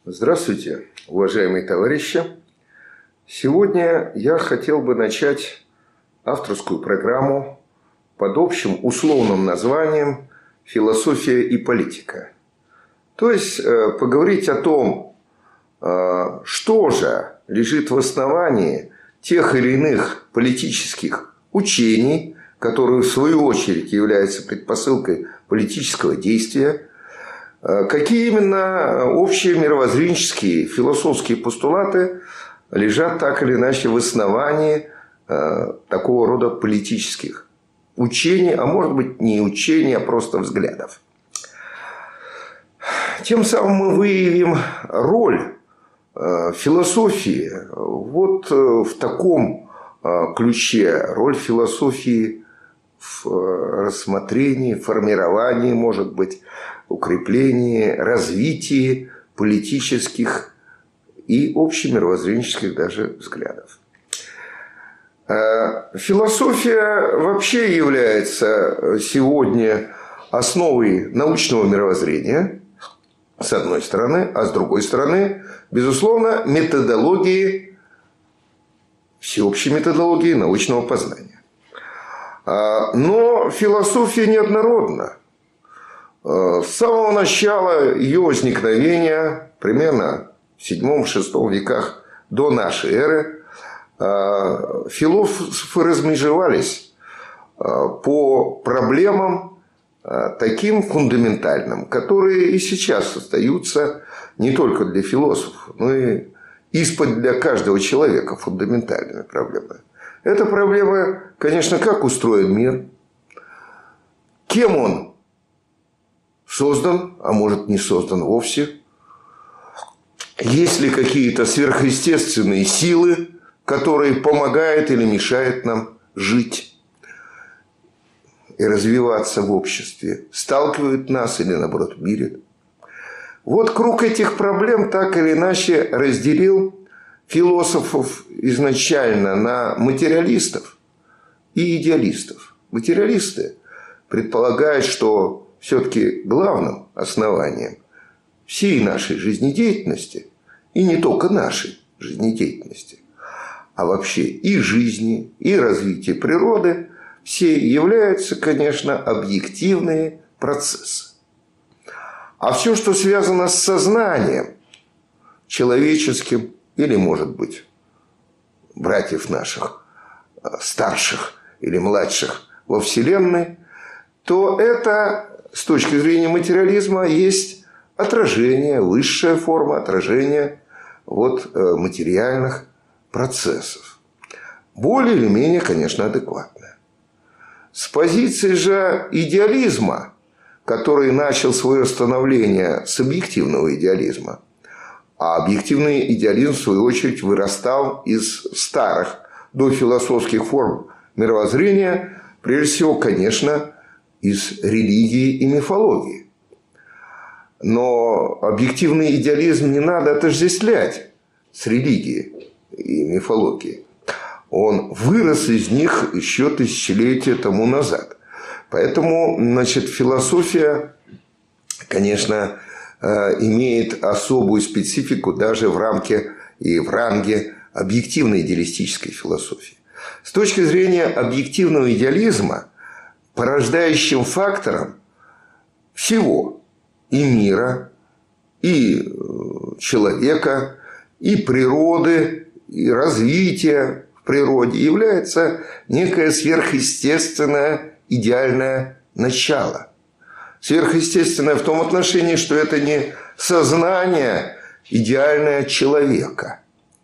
Здравствуйте, уважаемые товарищи! Сегодня я хотел бы начать авторскую программу под общим условным названием «Философия и политика». То есть поговорить о том, что же лежит в основании тех или иных политических учений, которые в свою очередь являются предпосылкой политического действия. Какие именно общие мировоззренческие, философские постулаты лежат так или иначе в основании такого рода политических учений, а может быть не учений, а просто взглядов. Тем самым мы выявим роль философии вот в таком ключе, роль философии в рассмотрении, формировании, может быть, укреплении, развитии политических и общемировоззренческих даже взглядов. Философия вообще является сегодня основой научного мировоззрения, с одной стороны, а с другой стороны, безусловно, методологии, всеобщей методологии научного познания. Но философия неоднородна. С самого начала ее возникновения, примерно в VII-VI веках до нашей эры, философы размежевались по проблемам таким фундаментальным, которые и сейчас остаются не только для философов, но и испод для каждого человека фундаментальными проблемами. Это проблема, конечно, как устроен мир, кем он создан, а может не создан вовсе. Есть ли какие-то сверхъестественные силы, которые помогают или мешают нам жить и развиваться в обществе, сталкивают нас или, наоборот, мирят. Вот круг этих проблем так или иначе разделил философов изначально на материалистов и идеалистов. Материалисты предполагают, что все-таки главным основанием всей нашей жизнедеятельности, и не только нашей жизнедеятельности, а вообще и жизни, и развития природы, все являются, конечно, объективные процессы. А все, что связано с сознанием человеческим, или, может быть, братьев наших, старших или младших во Вселенной, то это, с точки зрения материализма, есть отражение, высшая форма отражения материальных процессов. Более или менее, конечно, адекватная. С позиции же идеализма, который начал свое становление с объективного идеализма, а объективный идеализм, в свою очередь, вырастал из старых дофилософских форм мировоззрения, прежде всего, конечно, из религии и мифологии. Но объективный идеализм не надо отождествлять с религией и мифологией. Он вырос из них еще тысячелетия тому назад. Поэтому, философия, конечно, имеет особую специфику даже в рамке и в ранге объективной идеалистической философии. С точки зрения объективного идеализма, порождающим фактором всего и мира, и человека, и природы, и развития в природе является некое сверхъестественное идеальное начало. Сверхъестественное в том отношении, что это не сознание идеальное человека.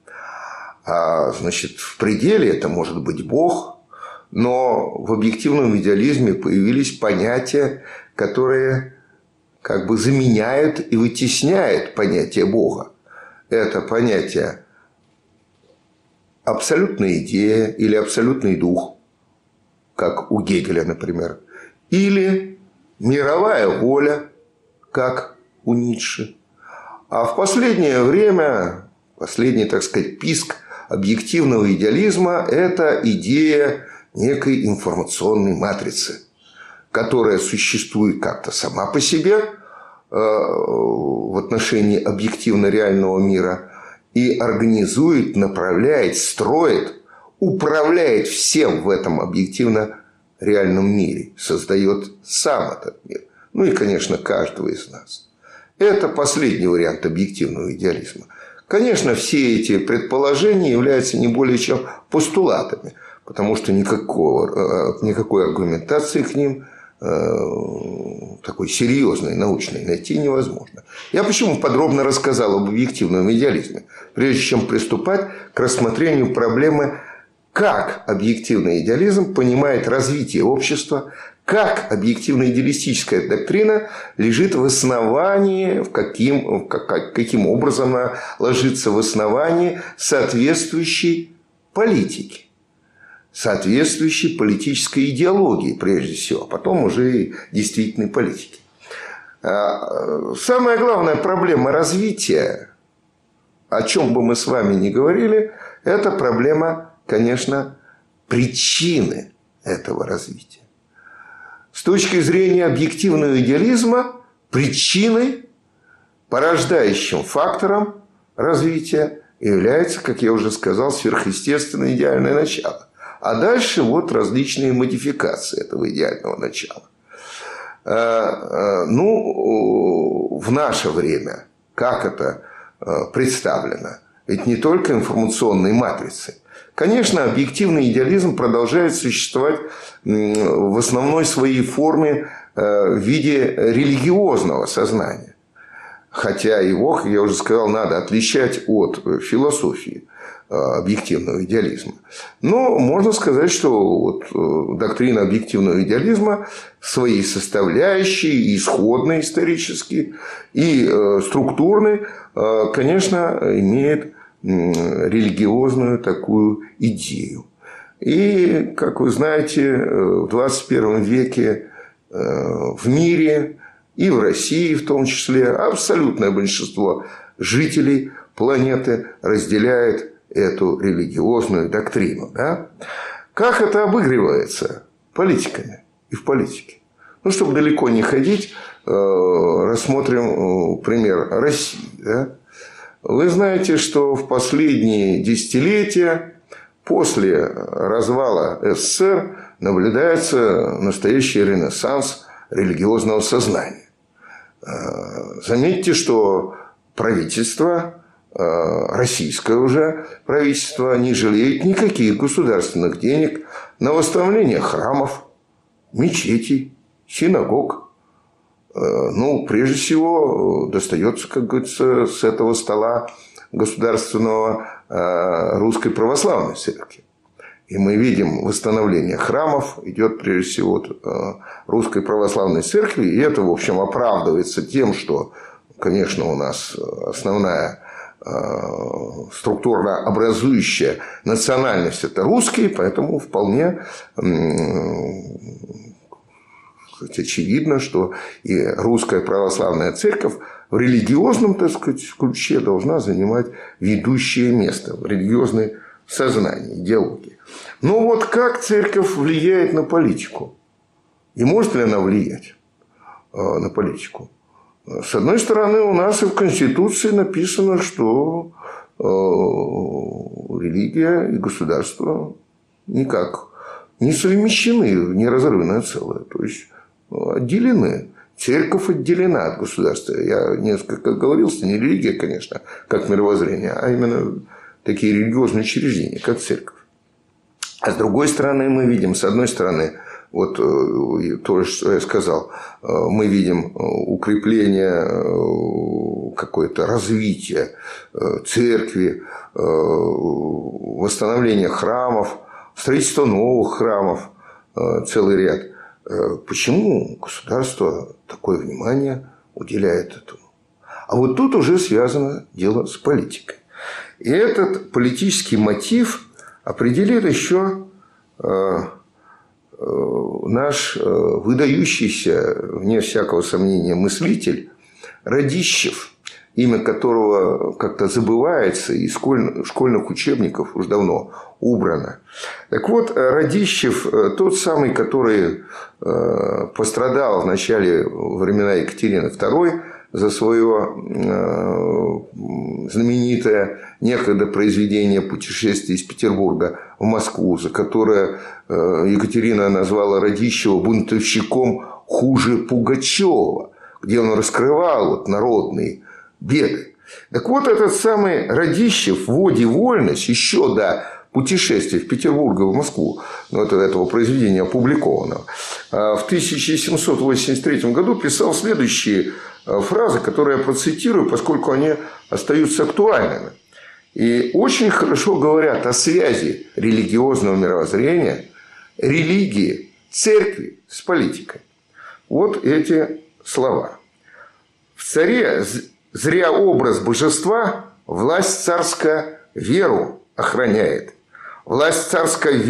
В пределе это может быть Бог, но в объективном идеализме появились понятия, которые заменяют и вытесняют понятие Бога. Это понятие абсолютная идея или абсолютный дух, как у Гегеля, например, или мировая воля, как у Ницше. А в последнее время, последний, писк объективного идеализма – это идея некой информационной матрицы, которая существует как-то сама по себе в отношении объективно-реального мира и организует, направляет, строит, управляет всем в этом объективно-реальном мире, создает сам этот мир. Ну и, конечно, каждого из нас. Это последний вариант объективного идеализма. Конечно, все эти предположения являются не более чем постулатами, потому что никакой аргументации к ним такой серьезной, научной найти невозможно. Я почему подробно рассказал об объективном идеализме, прежде чем приступать к рассмотрению проблемы, как объективный идеализм понимает развитие общества, как объективно-идеалистическая доктрина лежит в основании, каким образом она ложится в основании соответствующей политики, соответствующей политической идеологии, прежде всего, а потом уже и действительной политики. Самая главная проблема развития, о чем бы мы с вами ни говорили, это проблема, конечно, причины этого развития. С точки зрения объективного идеализма, причиной, порождающим фактором развития является, как я уже сказал, сверхъестественное идеальное начало. А дальше вот различные модификации этого идеального начала. Ну, в наше время, как это представлено? Ведь не только информационной матрицей. Конечно, объективный идеализм продолжает существовать в основной своей форме в виде религиозного сознания. Хотя его, как я уже сказал, надо отличать от философии объективного идеализма. Но можно сказать, что вот доктрина объективного идеализма своей составляющей, исходной исторически и структурной, конечно, имеет религиозную такую идею. И, как вы знаете, в 21 веке в мире и в России в том числе абсолютное большинство жителей планеты разделяет эту религиозную доктрину. Да? Как это обыгрывается политиками и в политике? Ну, чтобы далеко не ходить, рассмотрим пример России. Да? Вы знаете, что в последние десятилетия после развала СССР наблюдается настоящий ренессанс религиозного сознания. Заметьте, что правительство, российское уже правительство, не жалеет никаких государственных денег на восстановление храмов, мечетей, синагог. Ну, прежде всего, достается, как говорится, с этого стола государственного Русской Православной Церкви. И мы видим восстановление храмов, идет прежде всего от Русской Православной Церкви. И это, в общем, оправдывается тем, что, конечно, у нас основная структурно образующая национальность – это русские, поэтому вполне очевидно, что и Русская Православная Церковь в религиозном, так сказать, ключе должна занимать ведущее место в религиозной сознании, идеологии. Но вот как Церковь влияет на политику? И может ли она влиять на политику? С одной стороны, у нас и в Конституции написано, что религия и государство никак не совмещены в неразрывное целое. То есть отделены. Церковь отделена от государства. Я несколько оговорился, не религия, конечно, как мировоззрение, а именно такие религиозные учреждения, как церковь. А с другой стороны, мы видим, с одной стороны, вот то, что я сказал, мы видим укрепление, какое-то развитие церкви, восстановление храмов, строительство новых храмов, целый ряд. Почему государство такое внимание уделяет этому? А вот тут уже связано дело с политикой. И этот политический мотив определит еще наш выдающийся, вне всякого сомнения, мыслитель Радищев, имя которого как-то забывается, и из школьных учебников уж давно убрано. Так вот, Радищев, тот самый, который пострадал в начале времена Екатерины II за свое знаменитое некогда произведение «Путешествие из Петербурга в Москву», за которое Екатерина назвала Радищева бунтовщиком хуже Пугачева, где он раскрывал вот народные беды. Так вот, этот самый Радищев в «Оде вольность» еще до «Путешествия в Петербург и в Москву», ну, этого произведения опубликованного, в 1783 году писал следующие фразы, которые я процитирую, поскольку они остаются актуальными. И очень хорошо говорят о связи религиозного мировоззрения, религии, церкви с политикой. Вот эти слова. В царе зря образ божества, власть царская веру охраняет. Власть царская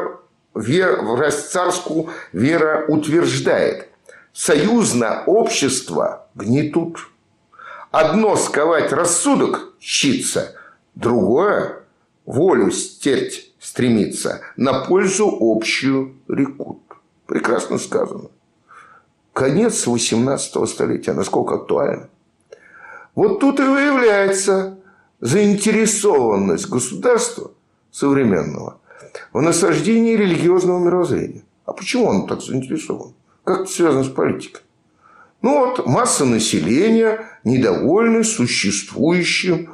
власть царскую вера утверждает. Союзно общество гнетут. Одно сковать рассудок щится, другое волю стереть стремится, на пользу общую рекут. Прекрасно сказано. Конец 18 столетия. Насколько актуально. Вот тут и выявляется заинтересованность государства современного в насаждении религиозного мировоззрения. А почему он так заинтересован? Как это связано с политикой? Ну вот, масса населения недовольны существующим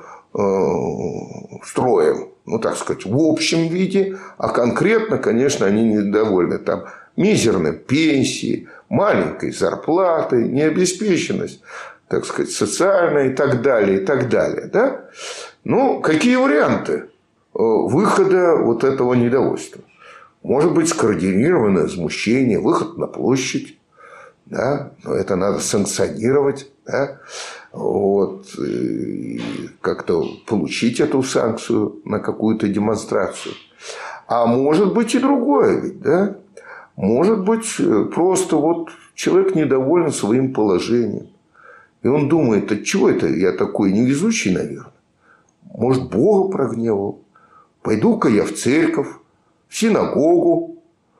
строем. Ну, так сказать, в общем виде. А конкретно, конечно, они недовольны. Там мизерной пенсии, маленькой зарплаты, необеспеченность, так сказать, социальная и так далее, и так далее. Да? Ну, какие варианты выхода вот этого недовольства? Может быть, скоординированное возмущение, выход на площадь. Да? Но это надо санкционировать. Да? Вот. И как-то получить эту санкцию на какую-то демонстрацию. А может быть и другое ведь. Да? Может быть, просто вот человек недоволен своим положением. И он думает, от чего это я такой невезучий, наверное? Может, Бога прогневал? Пойду-ка я в церковь, в синагогу,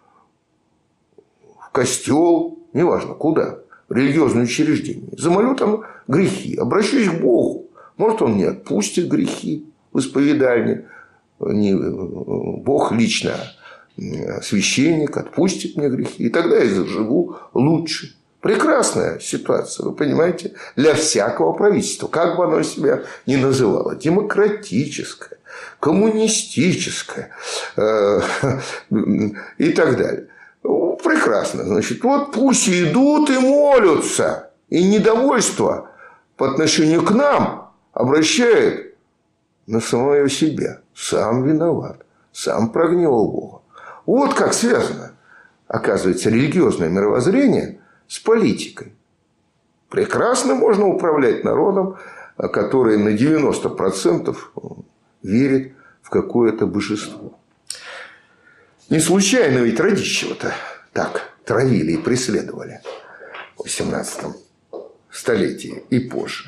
в костел, неважно куда, в религиозное учреждение. Замолю там грехи, обращусь к Богу. Может, он мне отпустит грехи в исповедальне. Не Бог лично, а священник отпустит мне грехи. И тогда я заживу лучше. Прекрасная ситуация, вы понимаете, для всякого правительства. Как бы оно себя ни называло. Демократическое, коммунистическое и так далее. Прекрасно. Значит, вот пусть идут и молятся. И недовольство по отношению к нам обращает на самого себя. Сам виноват. Сам прогневал Бога. Вот как связано, оказывается, религиозное мировоззрение с политикой. Прекрасно можно управлять народом, который на 90% верит в какое-то божество. Не случайно ведь Радищева-то так травили и преследовали в 18 столетии и позже.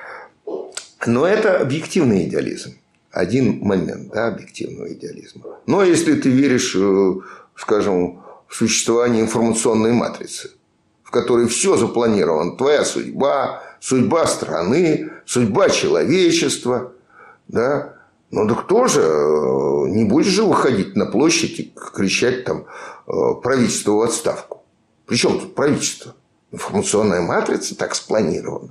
Но это объективный идеализм. Один момент, да, объективного идеализма. Но если ты веришь, скажем, в существование информационной матрицы, в которой все запланировано, твоя судьба, судьба страны, судьба человечества, да, ну так тоже не будешь же выходить на площадь и кричать там правительство в отставку. Причем тут правительство? Информационная матрица так спланирована.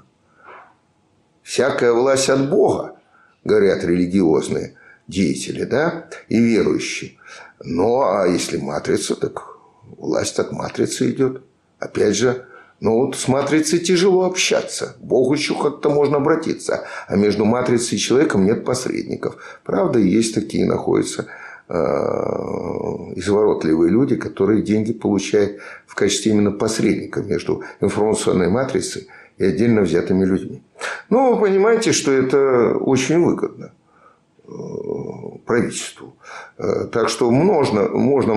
Всякая власть от Бога, говорят религиозные деятели, да, и верующие. Ну, а если матрица, так власть от матрицы идет. Опять же, ну вот с матрицей тяжело общаться. К Богу еще как-то можно обратиться. А между матрицей и человеком нет посредников. Правда, есть такие, находятся изворотливые люди, которые деньги получают в качестве именно посредника между информационной матрицей и отдельно взятыми людьми. Но вы понимаете, что это очень выгодно правительству. Так что можно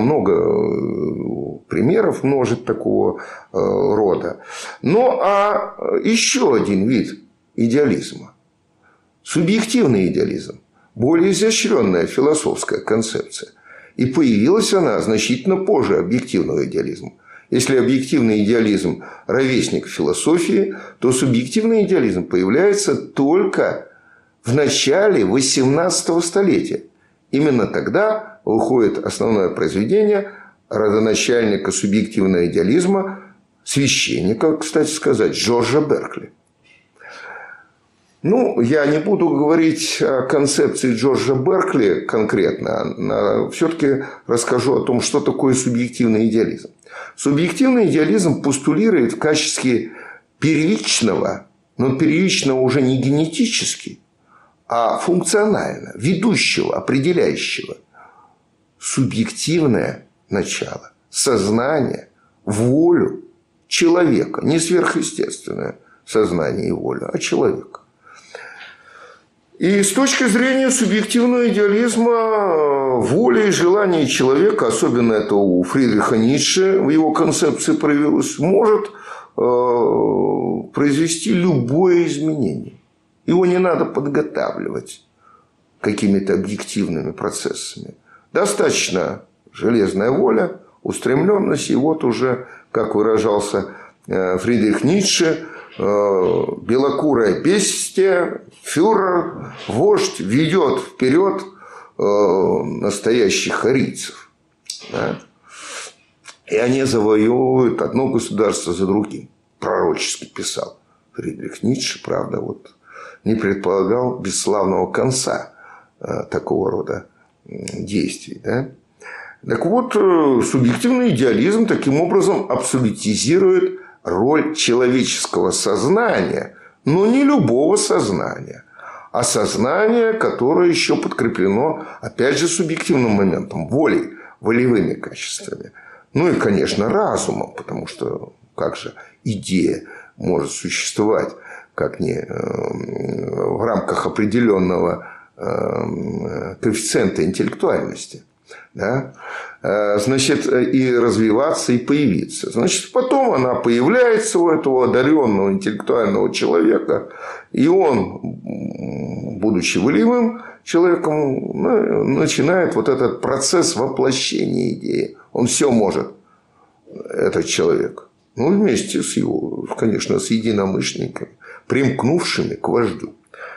много примеров множить такого рода. Ну, а еще один вид идеализма. Субъективный идеализм. Более изощренная философская концепция. И появилась она значительно позже объективного идеализма. Если объективный идеализм – ровесник философии, то субъективный идеализм появляется только в начале XVIII столетия. Именно тогда выходит основное произведение родоначальника субъективного идеализма, священника, кстати сказать, Джорджа Беркли. Ну, я не буду говорить о концепции Джорджа Беркли конкретно, а все-таки расскажу о том, что такое субъективный идеализм. Субъективный идеализм постулирует в качестве первичного, но первичного уже не генетически, а функционально, ведущего, определяющего субъективное начало, сознание, волю человека, не сверхъестественное сознание и воля, а человека. И с точки зрения субъективного идеализма, воля и желание человека, особенно это у Фридриха Ницше в его концепции проявилось, может произвести любое изменение. Его не надо подготавливать какими-то объективными процессами. Достаточно железная воля, устремленность, и вот уже, как выражался Фридрих Ницше, белокурое бестия, фюрер, вождь ведет вперед настоящих арийцев. Да? И они завоевывают одно государство за другим. Пророчески писал Фридрих Ницше, правда, вот не предполагал бесславного конца такого рода действий. Да? Так вот, субъективный идеализм таким образом абсолютизирует роль человеческого сознания, но не любого сознания, а сознания, которое еще подкреплено, опять же, субъективным моментом, волей, волевыми качествами. Ну и, конечно, разумом, потому что как же идея может существовать, как не в рамках определенного коэффициента интеллектуальности. Да? Значит, и развиваться, и появиться. Значит, потом она появляется у этого одаренного интеллектуального человека, и он, будучи волевым человеком, начинает вот этот процесс воплощения идеи. Он все может, этот человек. Ну, вместе с его, конечно, с единомышленниками, примкнувшими к вождю.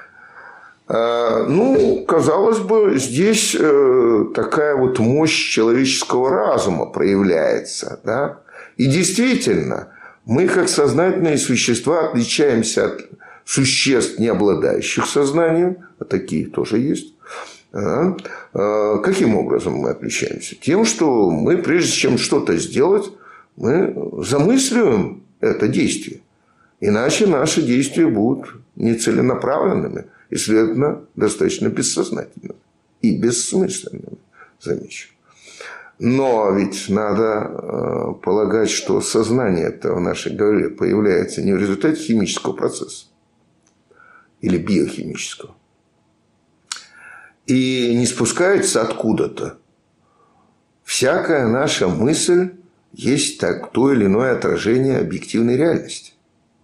Ну, казалось бы, здесь такая вот мощь человеческого разума проявляется. Да? И действительно, мы, как сознательные существа, отличаемся от существ, не обладающих сознанием, а такие тоже есть. Каким образом мы отличаемся? Тем, что мы, прежде чем что-то сделать, мы замысливаем это действие. Иначе наши действия будут нецеленаправленными и, следовательно, достаточно бессознательными и бессмысленными, замечу. Но ведь надо полагать, что сознание это в нашей голове появляется не в результате химического процесса или биохимического. И не спускается откуда-то. Всякая наша мысль есть то или иное отражение объективной реальности.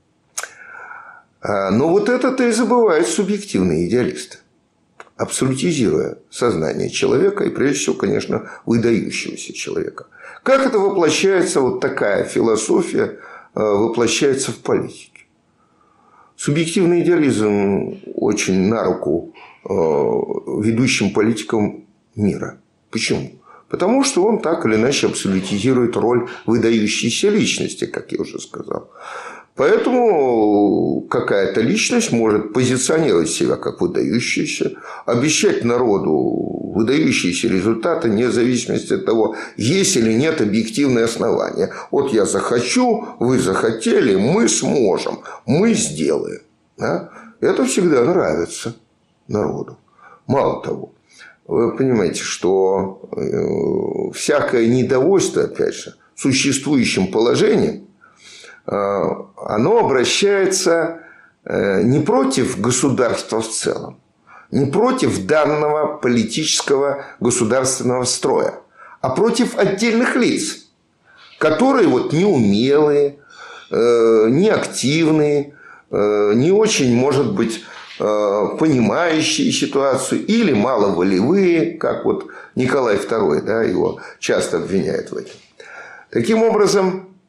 Но вот это-то и забывают субъективные идеалисты, абсолютизируя сознание человека и, прежде всего, конечно, выдающегося человека. Как это воплощается, вот такая философия воплощается в политике? Субъективный идеализм очень на руку ведущим политикам мира. Почему? Потому что он так или иначе абсолютизирует роль выдающейся личности, как я уже сказал. Поэтому какая-то личность может позиционировать себя как выдающаяся, обещать народу выдающиеся результаты, вне зависимости от того, есть или нет объективные основания. Вот я захочу, вы захотели, мы сможем, мы сделаем. Да? Это всегда нравится народу. Мало того, вы понимаете, что всякое недовольство, опять же, существующим положением, оно обращается не против государства в целом, не против данного политического государственного строя, а против отдельных лиц, которые вот неумелые, неактивные, не очень, может быть, понимающие ситуацию или маловолевые, как вот Николай II, да, его часто обвиняют в этом. Таким образом,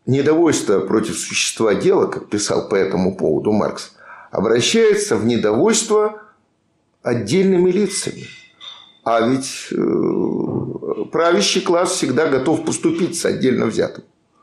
недовольство против существа дела, как писал по этому поводу Маркс, обращается в недовольство отдельными лицами. А ведь правящий класс всегда готов поступиться отдельно взятым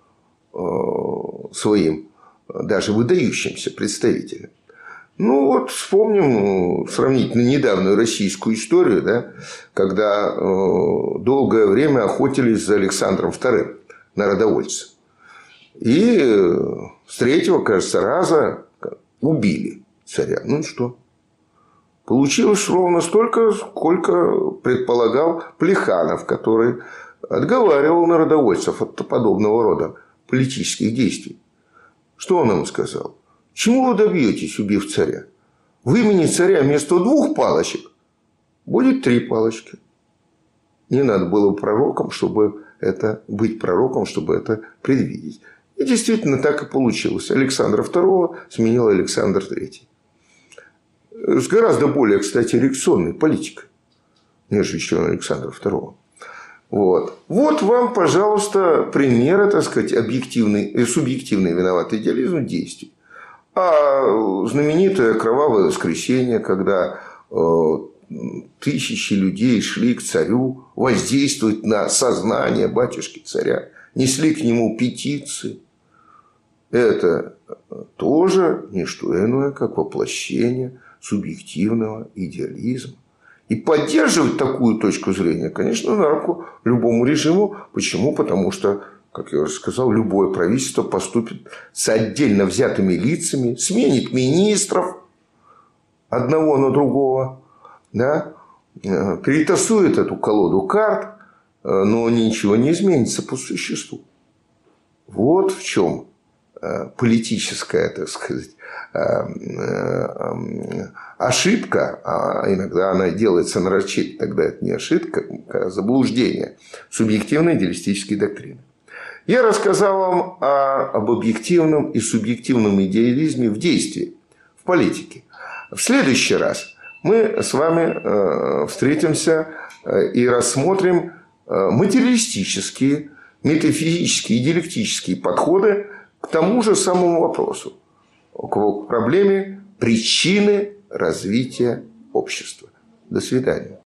своим, даже выдающимся представителям. Ну вот вспомним сравнительно недавнюю российскую историю, да, когда долгое время охотились за Александром II, народовольцы. И с третьего, кажется, раза убили царя. Ну и что? Получилось ровно столько, сколько предполагал Плеханов, который отговаривал народовольцев от подобного рода политических действий. Что он им сказал? Чему вы добьетесь, убив царя? В имени царя вместо 2 палочек будет 3 палочки. Не надо было быть пророком, чтобы это предвидеть. И действительно так и получилось. Александра II сменил Александр III. С гораздо более, кстати, реакционной политикой, нежели чем Александра II. Вот вам, пожалуйста, примеры, так сказать, объективный и субъективный виноватый идеализм действий. А знаменитое кровавое воскресенье, когда тысячи людей шли к царю воздействовать на сознание батюшки царя, несли к нему петиции. Это тоже не что иное, как воплощение субъективного идеализма. И поддерживать такую точку зрения, конечно, на руку любому режиму. Почему? Потому что, как я уже сказал, любое правительство поступит с отдельно взятыми лицами, сменит министров одного на другого, да, перетасует эту колоду карт, но ничего не изменится по существу. Вот в чем политическая, так сказать, ошибка, а иногда она делается нарочито, тогда это не ошибка, а заблуждение субъективной идеалистической доктрины. Я рассказал вам об объективном и субъективном идеализме в действии, в политике. В следующий раз мы с вами встретимся и рассмотрим материалистические, метафизические и диалектические подходы к тому же самому вопросу, к проблеме причины развития общества. До свидания.